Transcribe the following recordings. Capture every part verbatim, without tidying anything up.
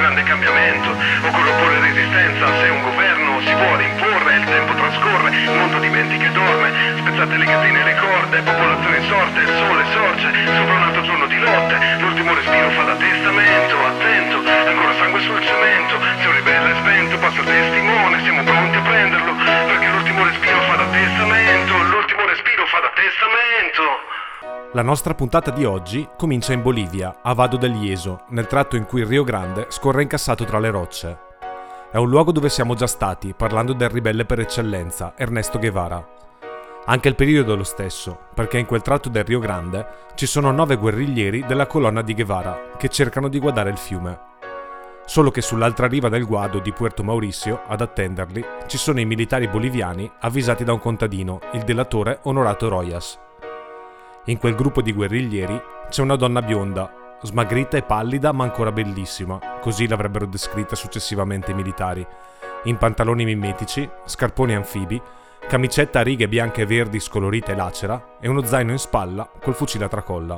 grande cambiamento. Occorre opporre resistenza se un governo si vuole imporre. Il tempo trascorre, il mondo dimentica e dorme. Spezzate le catene e le corde, popolazione insorte, il sole sorge sopra un altro giorno di lotte. L'ultimo respiro fa da testamento. Attento, ancora sangue sul cemento. Se un ribelle è spento passa il testimone. Siamo pronti a prenderlo, perché l'ultimo respiro fa da testamento. L'ultimo respiro fa da testamento. La nostra puntata di oggi comincia in Bolivia, a Vado del Ieso, nel tratto in cui il Rio Grande scorre incassato tra le rocce. È un luogo dove siamo già stati, parlando del ribelle per eccellenza, Ernesto Guevara. Anche il periodo è lo stesso, perché in quel tratto del Rio Grande ci sono nove guerriglieri della colonna di Guevara, che cercano di guardare il fiume. Solo che sull'altra riva del guado di Puerto Mauricio, ad attenderli, ci sono i militari boliviani avvisati da un contadino, il delatore Honorato Rojas. In quel gruppo di guerriglieri c'è una donna bionda, smagrita e pallida ma ancora bellissima, così l'avrebbero descritta successivamente i militari, in pantaloni mimetici, scarponi anfibi, camicetta a righe bianche e verdi scolorita e lacera e uno zaino in spalla col fucile a tracolla.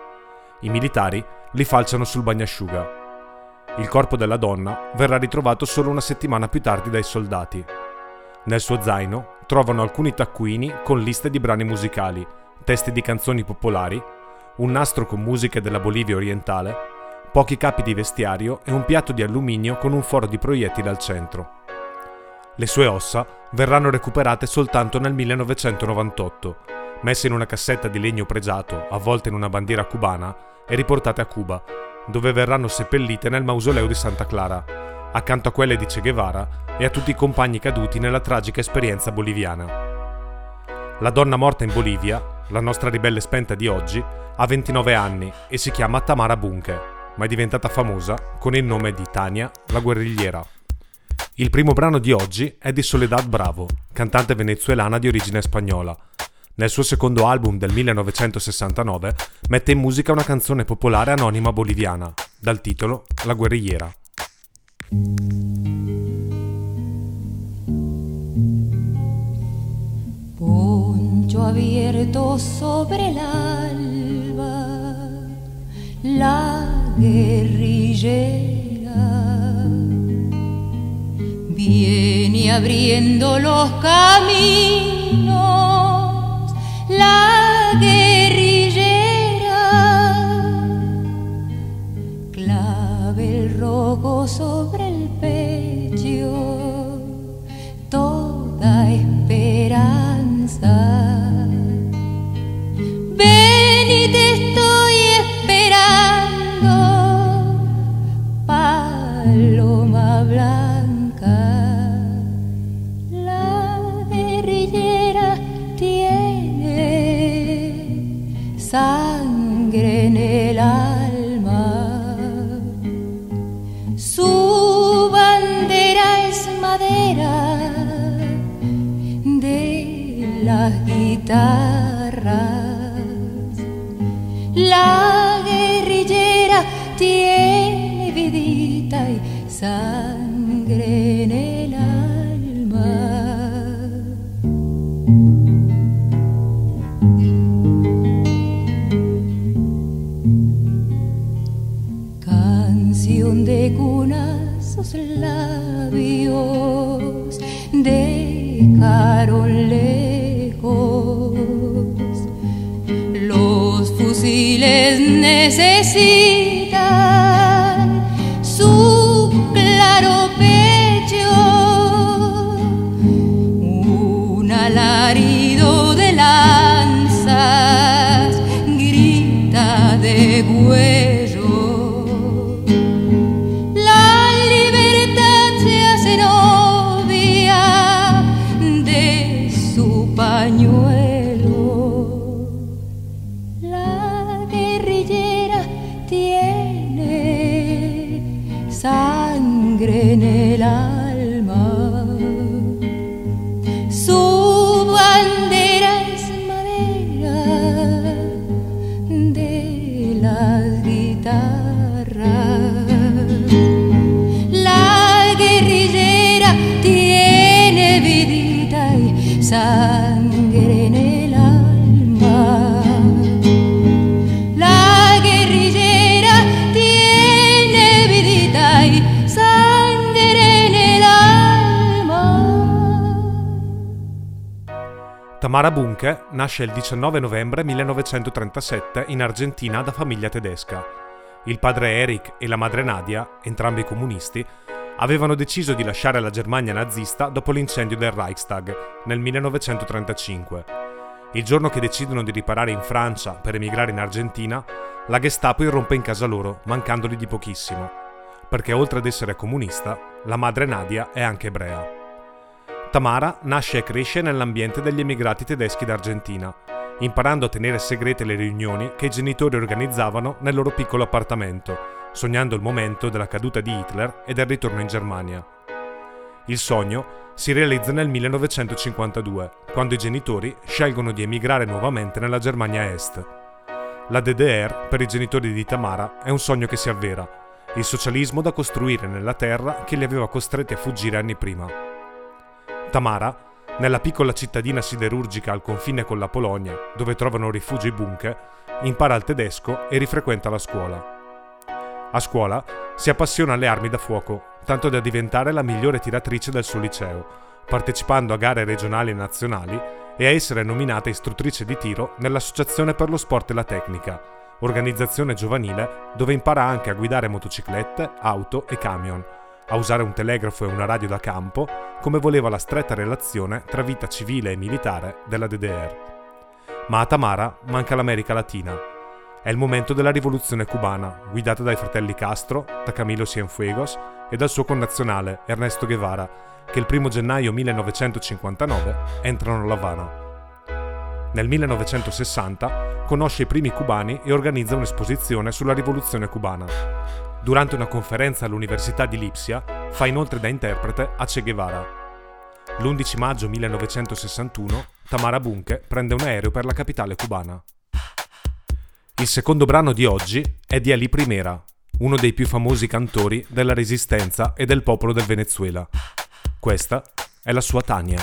I militari li falciano sul bagnasciuga. Il corpo della donna verrà ritrovato solo una settimana più tardi dai soldati. Nel suo zaino trovano alcuni taccuini con liste di brani musicali, testi di canzoni popolari, un nastro con musiche della Bolivia orientale, pochi capi di vestiario e un piatto di alluminio con un foro di proiettili al centro. Le sue ossa verranno recuperate soltanto nel millenovecentonovantotto, messe in una cassetta di legno pregiato, avvolte in una bandiera cubana e riportate a Cuba, dove verranno seppellite nel mausoleo di Santa Clara, accanto a quelle di Che Guevara e a tutti i compagni caduti nella tragica esperienza boliviana. La donna morta in Bolivia, la nostra ribelle spenta di oggi, ha ventinove anni e si chiama Tamara Bunke, ma è diventata famosa con il nome di Tania, la guerrigliera. Il primo brano di oggi è di Soledad Bravo, cantante venezuelana di origine spagnola. Nel suo secondo album del millenovecentosessantanove mette in musica una canzone popolare anonima boliviana, dal titolo La guerrigliera. Poncho abierto sobre el alba, la guerrillera viene abriendo los caminos, la guerrillera clave el rojo sobre el pecho, toda esperanza. Ven y te estoy esperando, paloma blanca. La guerrillera tiene sangre en el alma, su bandera es madera de las guitarras. La guerrillera tiene vidita y sangre en el alma. Canción de cuna sus labios dejaron lejos. Los fusiles necesitan su claro pecho, un alarido de lanzas grita de cuello. La libertad se hace novia de su pañuelo. Sangre en el alma, su bandera es madera de las guitarras. La guerrillera tiene vidita y sangre en el alma. La guerrillera tiene vidita y Tamara Bunke nasce il diciannove novembre millenovecentotrentasette in Argentina da famiglia tedesca. Il padre Erich e la madre Nadia, entrambi comunisti, avevano deciso di lasciare la Germania nazista dopo l'incendio del Reichstag nel millenovecentotrentacinque. Il giorno che decidono di riparare in Francia per emigrare in Argentina, la Gestapo irrompe in casa loro, mancandoli di pochissimo, perché oltre ad essere comunista, la madre Nadia è anche ebrea. Tamara nasce e cresce nell'ambiente degli emigrati tedeschi d'Argentina, imparando a tenere segrete le riunioni che i genitori organizzavano nel loro piccolo appartamento, sognando il momento della caduta di Hitler e del ritorno in Germania. Il sogno si realizza nel millenovecentocinquantadue, quando i genitori scelgono di emigrare nuovamente nella Germania Est. La D D R, per i genitori di Tamara, è un sogno che si avvera, il socialismo da costruire nella terra che li aveva costretti a fuggire anni prima. Tamara, nella piccola cittadina siderurgica al confine con la Polonia, dove trovano rifugio i Bunke, impara il tedesco e rifrequenta la scuola. A scuola si appassiona alle armi da fuoco, tanto da diventare la migliore tiratrice del suo liceo, partecipando a gare regionali e nazionali e a essere nominata istruttrice di tiro nell'Associazione per lo Sport e la Tecnica, organizzazione giovanile dove impara anche a guidare motociclette, auto e camion, a usare un telegrafo e una radio da campo, come voleva la stretta relazione tra vita civile e militare della D D R. Ma a Tamara manca l'America Latina. È il momento della rivoluzione cubana, guidata dai fratelli Castro, da Camilo Cienfuegos e dal suo connazionale Ernesto Guevara, che il primo gennaio millenovecentocinquantanove entrano a La Habana. Nel millenovecentosessanta conosce i primi cubani e organizza un'esposizione sulla rivoluzione cubana. Durante una conferenza all'Università di Lipsia fa inoltre da interprete a Che Guevara. L'undici maggio millenovecentosessantuno Tamara Bunke prende un aereo per la capitale cubana. Il secondo brano di oggi è di Ali Primera, uno dei più famosi cantori della Resistenza e del popolo del Venezuela. Questa è la sua Tania.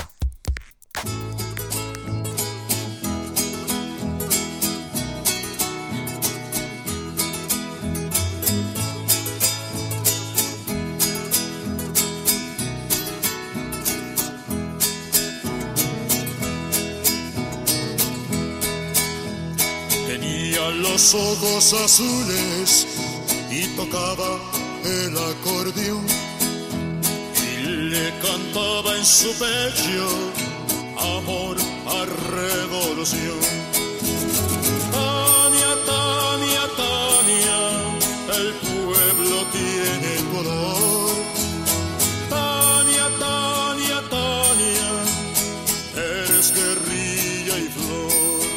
Los ojos azules y tocaba el acordeón y le cantaba en su pecho amor a revolución. Tania, Tania, Tania, el pueblo tiene color. Tania, Tania, Tania, eres guerrilla y flor.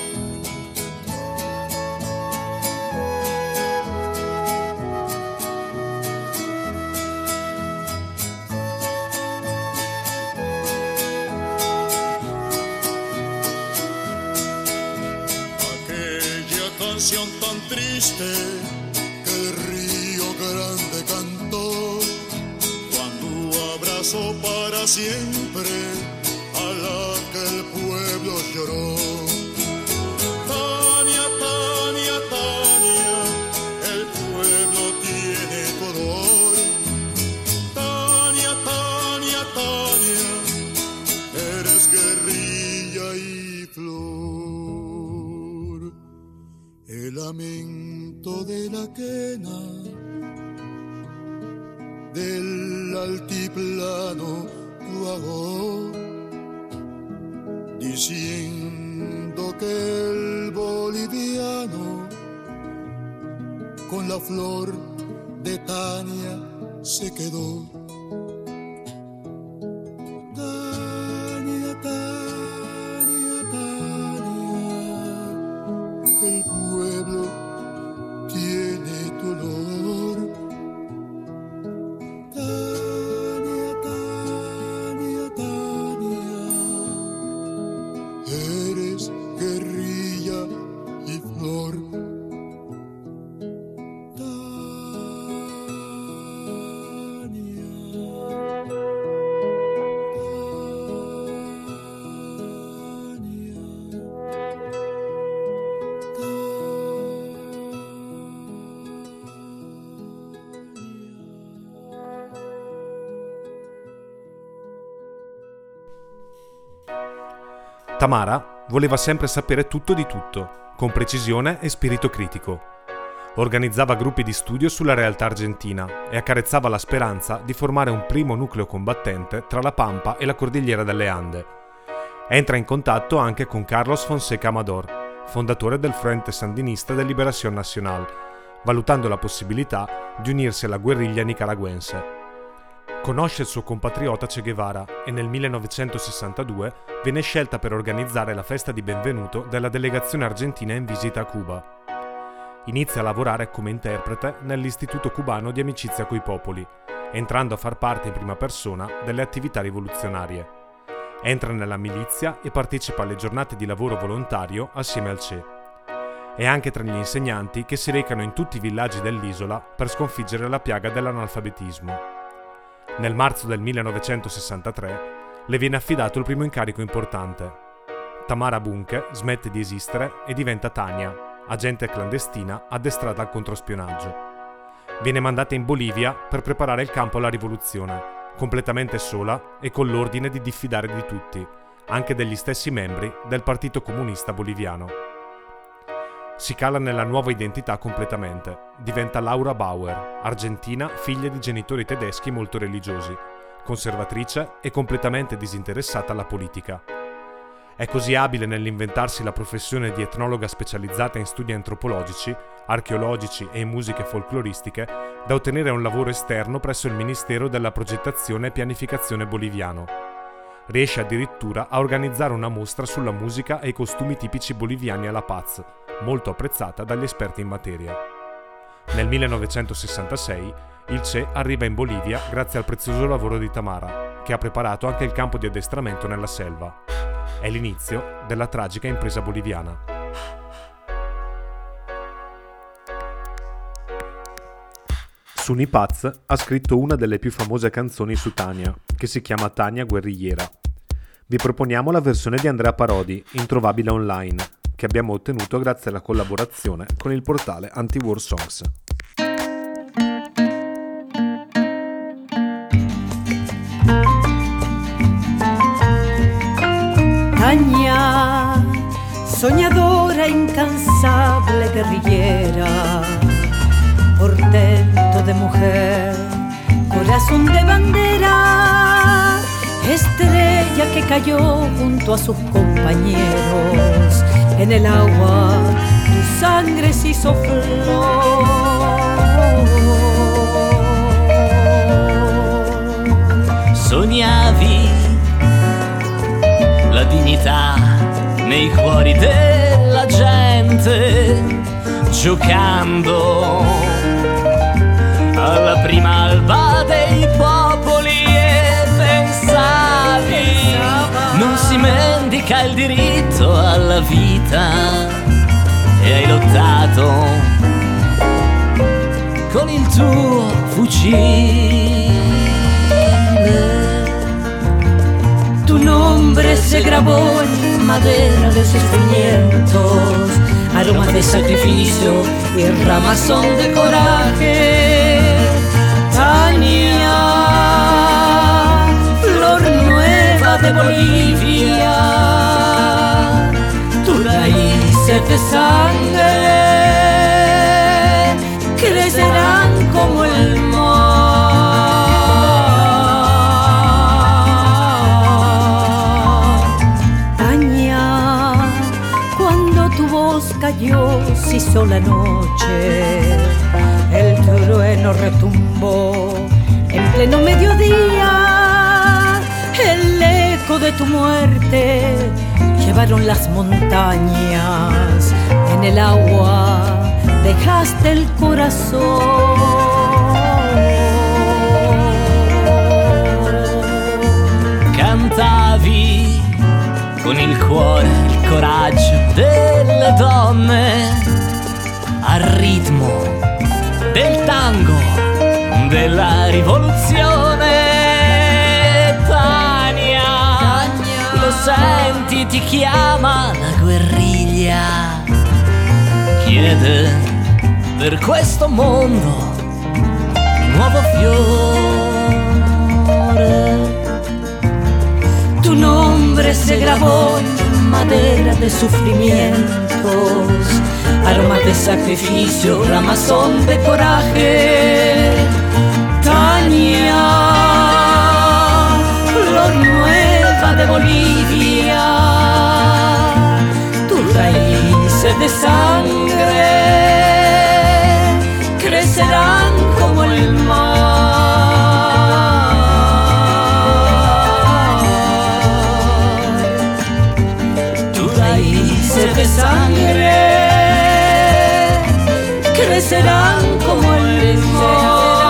Canción tan triste que el Río Grande cantó cuando abrazó para siempre a la que el pueblo lloró. Tania, Tania, Tania, el pueblo tiene color. Tania, Tania, Tania, eres guerrilla y flor. El lamento de la quena del altiplano cuajó, diciendo que el boliviano con la flor de Tania se quedó. Tania, Tania, Tania, el pueblo tiene tu olor. Tania, Tania, Tania, eres guerrilla y flor. Tamara voleva sempre sapere tutto di tutto, con precisione e spirito critico. Organizzava gruppi di studio sulla realtà argentina e accarezzava la speranza di formare un primo nucleo combattente tra la Pampa e la Cordigliera delle Ande. Entra in contatto anche con Carlos Fonseca Amador, fondatore del Frente Sandinista de Liberación Nacional, valutando la possibilità di unirsi alla guerriglia nicaragüense. Conosce il suo compatriota Che Guevara e nel millenovecentosessantadue viene scelta per organizzare la festa di benvenuto della delegazione argentina in visita a Cuba. Inizia a lavorare come interprete nell'Istituto Cubano di Amicizia coi Popoli, entrando a far parte in prima persona delle attività rivoluzionarie. Entra nella milizia e partecipa alle giornate di lavoro volontario assieme al Che. È anche tra gli insegnanti che si recano in tutti i villaggi dell'isola per sconfiggere la piaga dell'analfabetismo. Nel marzo del millenovecentosessantatré le viene affidato il primo incarico importante. Tamara Bunke smette di esistere e diventa Tania, agente clandestina addestrata al controspionaggio. Viene mandata in Bolivia per preparare il campo alla rivoluzione, completamente sola e con l'ordine di diffidare di tutti, anche degli stessi membri del Partito Comunista Boliviano. Si cala nella nuova identità completamente. Diventa Laura Bauer, argentina, figlia di genitori tedeschi molto religiosi, conservatrice e completamente disinteressata alla politica. È così abile nell'inventarsi la professione di etnologa specializzata in studi antropologici, archeologici e in musiche folcloristiche da ottenere un lavoro esterno presso il Ministero della Progettazione e Pianificazione boliviano. Riesce addirittura a organizzare una mostra sulla musica e i costumi tipici boliviani alla Paz, molto apprezzata dagli esperti in materia. Nel millenovecentosessantasei il Che arriva in Bolivia grazie al prezioso lavoro di Tamara, che ha preparato anche il campo di addestramento nella selva. È l'inizio della tragica impresa boliviana. Suni Paz ha scritto una delle più famose canzoni su Tania, che si chiama Tania Guerrigliera. Vi proponiamo la versione di Andrea Parodi, introvabile online, che abbiamo ottenuto grazie alla collaborazione con il portale Anti-War Songs. Tania, soñadora incansable guerrillera, portento de mujer, corazón de bandera, estrella que cayó junto a sus compañeros. En el agua tu sangre se hizo flor. Sognavi la dignità nei cuori della gente, giocando alla prima alba dei popoli, e pensavi non si mendica il diritto alla vita, e hai lottato con il tuo fucile. Tu nombre se grabó en madera de sufrimientos, aromas de sacrificio y ramazón de coraje. Tania, flor nueva de Bolivia, tus raíces de sangre crecerán como el mar. Tania, cuando tu voz cayó se hizo la noche, el trueno retumbó en pleno mediodía, el eco de tu muerte llevaron las montañas, en el agua dejaste el corazón. Cantavi con il cuore il coraggio delle donne, al ritmo del tango, della rivoluzione. Tania, Tania, lo senti, ti chiama la guerriglia, chiede per questo mondo un nuovo fiore. Tu nombre se grabó en pradera de sufrimientos, aromas de sacrificio, ramazón de coraje. Tania, flor nueva de Bolivia, tus raíces de sangre crecerán como el mar. Tus raíces de sangre crecerán como el mar.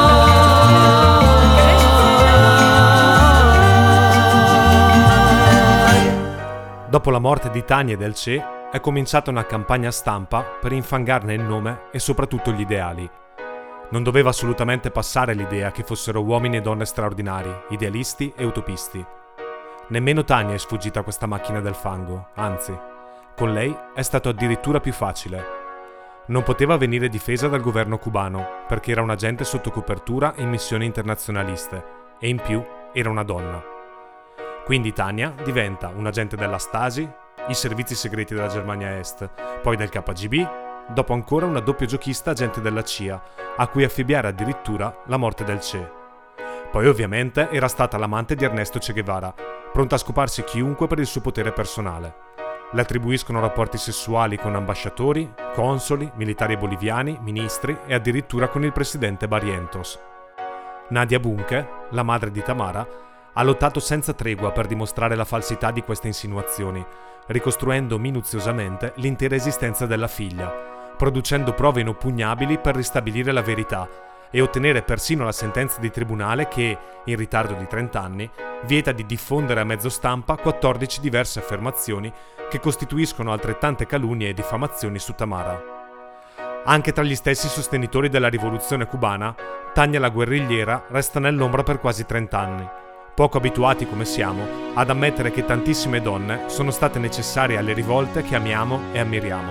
Dopo la morte di Tania e del Che è cominciata una campagna stampa per infangarne il nome e soprattutto gli ideali. Non doveva assolutamente passare l'idea che fossero uomini e donne straordinari, idealisti e utopisti. Nemmeno Tania è sfuggita a questa macchina del fango, anzi, con lei è stato addirittura più facile. Non poteva venire difesa dal governo cubano perché era un agente sotto copertura in missioni internazionaliste e in più era una donna. Quindi Tania diventa un agente della Stasi, i servizi segreti della Germania Est, poi del K G B, dopo ancora una doppio giochista agente della C I A, a cui affibbiare addirittura la morte del Che. Poi ovviamente era stata l'amante di Ernesto Che Guevara, pronta a scoparsi chiunque per il suo potere personale. Le attribuiscono rapporti sessuali con ambasciatori, consoli, militari boliviani, ministri e addirittura con il presidente Barrientos. Nadia Bunke, la madre di Tamara, ha lottato senza tregua per dimostrare la falsità di queste insinuazioni, ricostruendo minuziosamente l'intera esistenza della figlia, producendo prove inoppugnabili per ristabilire la verità e ottenere persino la sentenza di tribunale che, in ritardo di trenta anni, vieta di diffondere a mezzo stampa quattordici diverse affermazioni che costituiscono altrettante calunnie e diffamazioni su Tamara. Anche tra gli stessi sostenitori della rivoluzione cubana, Tania la guerrigliera resta nell'ombra per quasi trenta anni, poco abituati come siamo ad ammettere che tantissime donne sono state necessarie alle rivolte che amiamo e ammiriamo.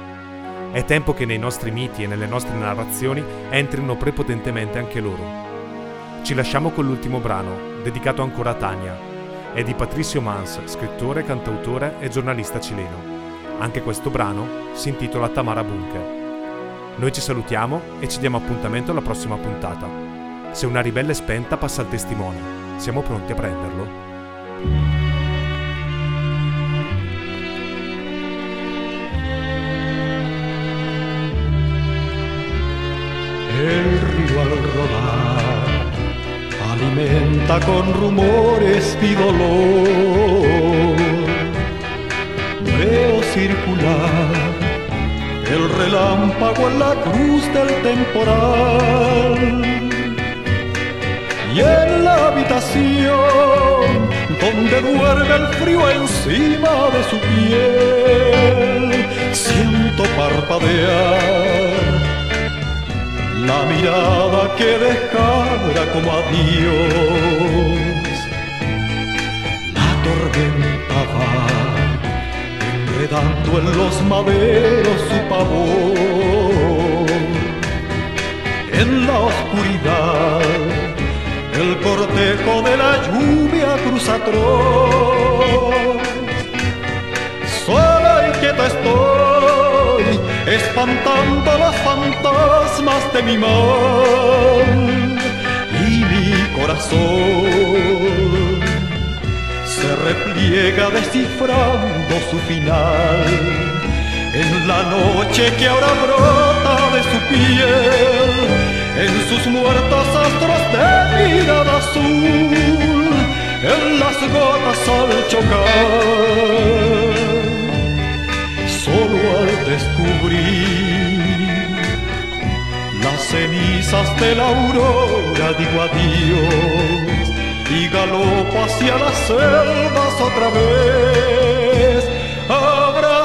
È tempo che nei nostri miti e nelle nostre narrazioni entrino prepotentemente anche loro. Ci lasciamo con l'ultimo brano, dedicato ancora a Tania. È di Patricio Mans, scrittore, cantautore e giornalista cileno. Anche questo brano si intitola Tamara Bunke. Noi ci salutiamo e ci diamo appuntamento alla prossima puntata. Se una ribelle spenta passa il testimone. Siamo pronti a prenderlo? El río al rodar alimenta con rumores mi dolor. Veo circular el relámpago en la cruz del temporal. Y en la habitación donde duerme el frío encima de su piel, siento parpadear la mirada que dejara como adiós. La tormenta va enredando en los maderos su pavor. En la oscuridad el cortejo de la lluvia cruza atroz. Sola y quieta estoy, espantando los fantasmas de mi mal. Y mi corazón se repliega descifrando su final. En la noche que ahora brota de su piel, en sus muertos astros de mirada azul, en las gotas al chocar, solo al descubrir las cenizas de la aurora digo adiós y galopo hacia las selvas otra vez. Habrá